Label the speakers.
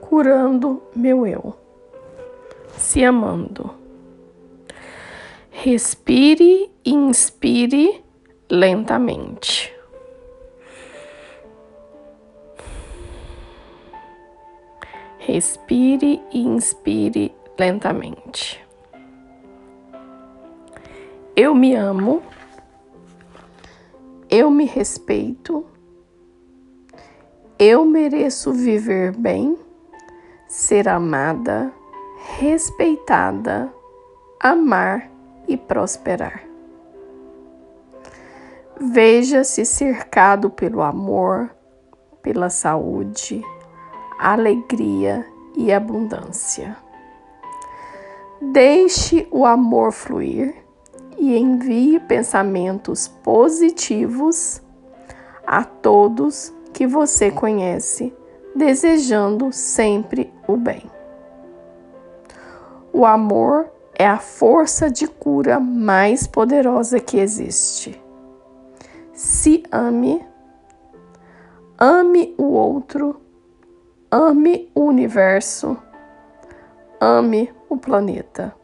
Speaker 1: curando meu eu, se amando. Respire e inspire lentamente. Respire e inspire lentamente. Eu me amo. Eu me respeito. Eu mereço viver bem, ser amada, respeitada, amar e prosperar. Veja-se cercado pelo amor, pela saúde, alegria e abundância. Deixe o amor fluir e envie pensamentos positivos a todos que você conhece, desejando sempre o bem. O amor é a força de cura mais poderosa que existe. Se ame, ame o outro, ame o universo, ame o planeta.